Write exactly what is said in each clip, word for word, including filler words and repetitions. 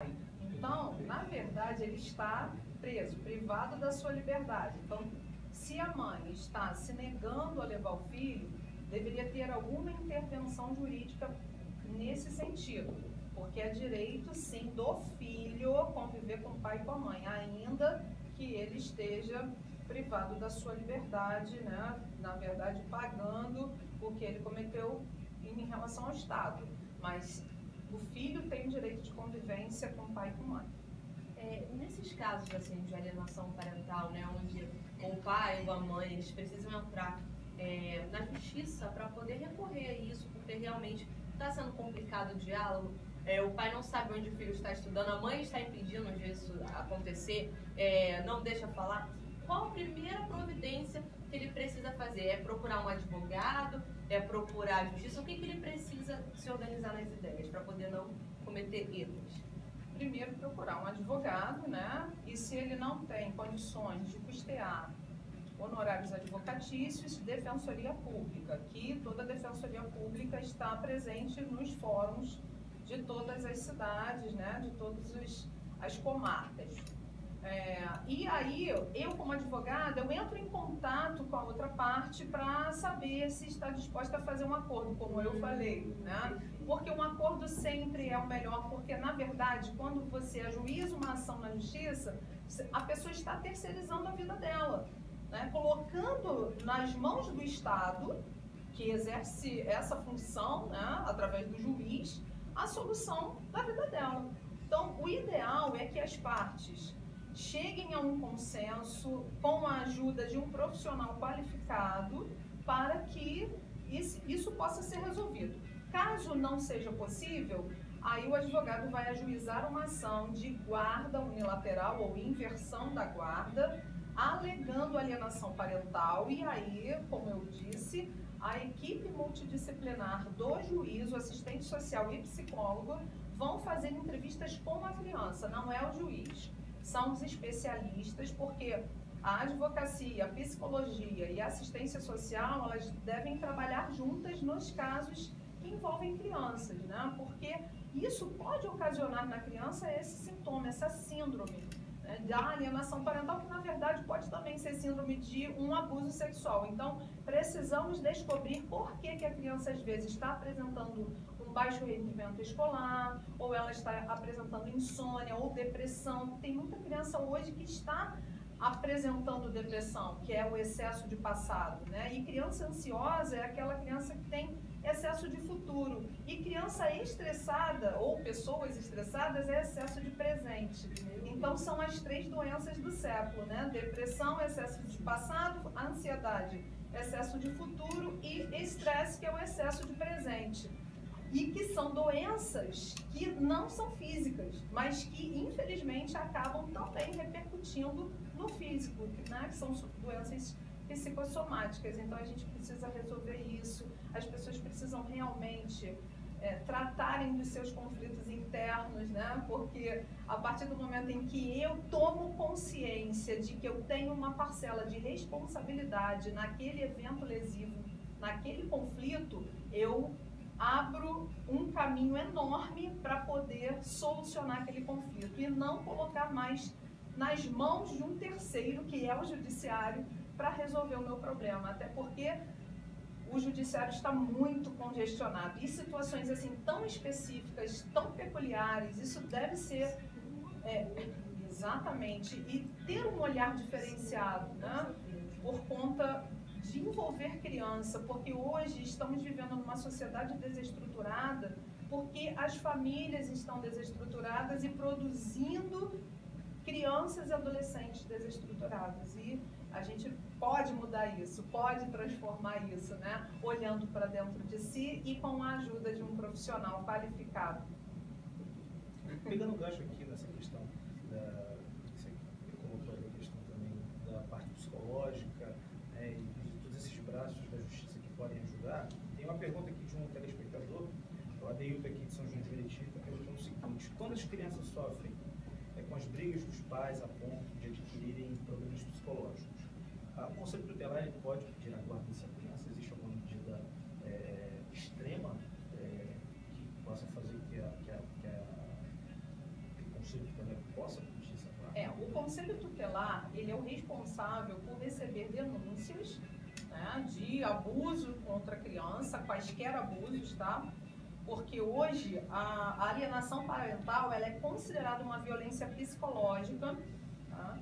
pai. Então, na verdade, ele está preso, privado da sua liberdade. Então, se a mãe está se negando a levar o filho, deveria ter alguma intervenção jurídica nesse sentido, porque é direito, sim, do filho conviver com o pai e com a mãe, ainda que ele esteja privado da sua liberdade, né? Na verdade, pagando o que ele cometeu em relação ao Estado. Mas o filho tem o direito de convivência com o pai e com a mãe. É, nesses casos assim, de alienação parental, né, onde o pai ou a mãe eles precisam entrar é, na justiça para poder recorrer a isso, porque realmente está sendo complicado o diálogo, é, o pai não sabe onde o filho está estudando, a mãe está impedindo disso acontecer, é, não deixa falar. Qual a primeira providência que ele precisa fazer? É procurar um advogado? É procurar a justiça? O que, que ele precisa se organizar nas ideias para poder não cometer erros? Primeiro, procurar um advogado, né? E se ele não tem condições de custear honorários advocatícios, defensoria pública, que toda defensoria pública está presente nos fóruns de todas as cidades, né? De todas os, as comarcas. É, e aí, eu como advogada, eu entro em contato com a outra parte para saber se está disposta a fazer um acordo, como eu falei, né? Porque um acordo sempre é o melhor, porque, na verdade, quando você ajuiza uma ação na justiça, a pessoa está terceirizando a vida dela, né? Colocando nas mãos do Estado, que exerce essa função, né, através do juiz, a solução da vida dela. Então, o ideal é que as partes cheguem a um consenso com a ajuda de um profissional qualificado para que isso, isso possa ser resolvido. Caso não seja possível, aí o advogado vai ajuizar uma ação de guarda unilateral ou inversão da guarda, alegando alienação parental, e aí, como eu disse, a equipe multidisciplinar do juiz, o assistente social e psicólogo vão fazer entrevistas com a criança, não é o juiz. São os especialistas, porque a advocacia, a psicologia e a assistência social, elas devem trabalhar juntas nos casos que envolvem crianças, né? Porque isso pode ocasionar na criança esse sintoma, essa síndrome, né, da alienação parental, que na verdade pode também ser síndrome de um abuso sexual. Então, precisamos descobrir por que, que a criança às vezes está apresentando um baixo rendimento escolar, ou ela está apresentando insônia ou depressão. Tem muita criança hoje que está apresentando depressão, que é o excesso de passado, né? E criança ansiosa é aquela criança que tem excesso de futuro. E criança estressada, ou pessoas estressadas, é excesso de presente. Então, são as três doenças do século, né? Depressão, excesso de passado, ansiedade, excesso de futuro e estresse, que é o excesso de presente. E que são doenças que não são físicas, mas que, infelizmente, acabam também repercutindo no físico, né? Que são doenças psicossomáticas. Então, a gente precisa resolver isso. As pessoas precisam realmente é, tratarem dos seus conflitos internos, né? Porque a partir do momento em que eu tomo consciência de que eu tenho uma parcela de responsabilidade naquele evento lesivo, naquele conflito, eu abro um caminho enorme para poder solucionar aquele conflito e não colocar mais nas mãos de um terceiro, que é o judiciário, para resolver o meu problema. Até porque o judiciário está muito congestionado. E situações assim tão específicas, tão peculiares, isso deve ser é, exatamente, e ter um olhar diferenciado, né, por conta de envolver criança, porque hoje estamos vivendo numa sociedade desestruturada, porque as famílias estão desestruturadas e produzindo crianças e adolescentes desestruturadas. E a gente pode mudar isso, pode transformar isso, né? Olhando para dentro de si e com a ajuda de um profissional qualificado. Pegando o gancho aqui nessa questão, da, você colocou a questão também da parte psicológica, né, e de todos esses braços da justiça que podem ajudar, tem uma pergunta aqui de um telespectador, o Adeilton aqui de São João de Meriti, está perguntando o seguinte: quando as crianças sofrem é, com as brigas dos pais a ponto de adquirirem problemas psicológicos, o Conselho Tutelar ele pode pedir a guarda dessa criança? Existe alguma medida é, extrema é, que possa fazer que, a, que, a, que, a, que o conselho tutelar possa pedir essa parte? É, o Conselho Tutelar, ele é o responsável por receber denúncias, né, de abuso contra a criança, quaisquer abusos, tá? Porque hoje a, a alienação parental, ela é considerada uma violência psicológica, tá?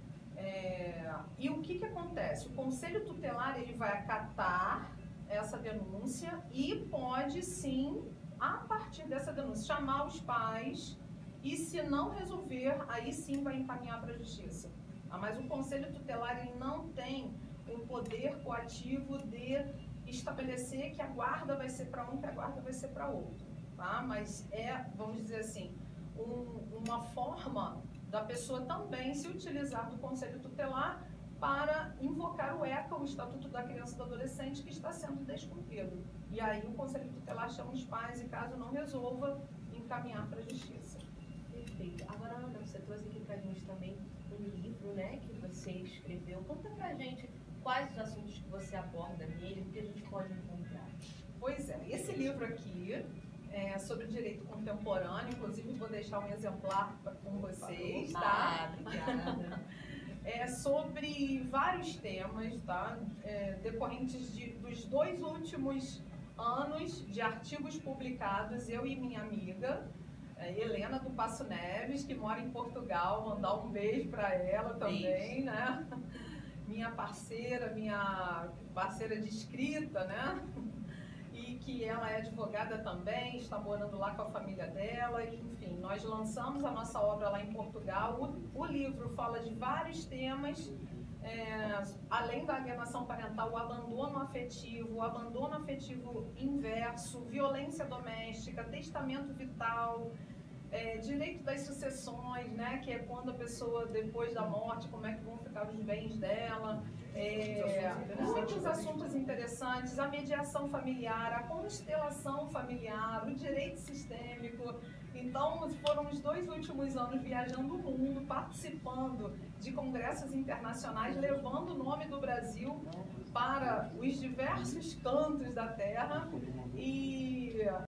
É, e o que que acontece? O Conselho Tutelar, ele vai acatar essa denúncia e pode sim, a partir dessa denúncia, chamar os pais e, se não resolver, aí sim vai encaminhar para a justiça. Ah, mas o Conselho Tutelar, ele não tem um poder coativo de estabelecer que a guarda vai ser para um, que a guarda vai ser para outro, tá? Mas é, vamos dizer assim, um, uma forma da pessoa também se utilizar do Conselho Tutelar para invocar o ECA, o Estatuto da Criança e do Adolescente, que está sendo descumprido. E aí o Conselho Tutelar chama os pais e, caso não resolva, encaminhar para a Justiça. Perfeito. Agora, Ana, você trouxe aqui para a gente também um livro, né, que você escreveu. Conta para a gente quais os assuntos que você aborda nele, o que a gente pode encontrar. Pois é, esse livro aqui é sobre direito contemporâneo, inclusive vou deixar um exemplar pra, com vocês, tá? Ah, obrigada. É sobre vários temas, tá? É, decorrentes de, dos dois últimos anos de artigos publicados, eu e minha amiga, é, Helena do Passo Neves, que mora em Portugal, mandar um beijo para ela também, beijo. Né? Minha parceira, minha parceira de escrita, né? E que ela é advogada também, está morando lá com a família dela, e, enfim, nós lançamos a nossa obra lá em Portugal. O, o livro fala de vários temas, é, além da alienação parental, o abandono afetivo, o abandono afetivo inverso, violência doméstica, testamento vital, é, direito das sucessões, né, que é quando a pessoa, depois da morte, como é que vão ficar os bens dela. É, muitos assuntos interessantes, a mediação familiar, a constelação familiar, o direito sistêmico. Então, foram os dois últimos anos viajando o mundo, participando de congressos internacionais, levando o nome do Brasil para os diversos cantos da Terra. E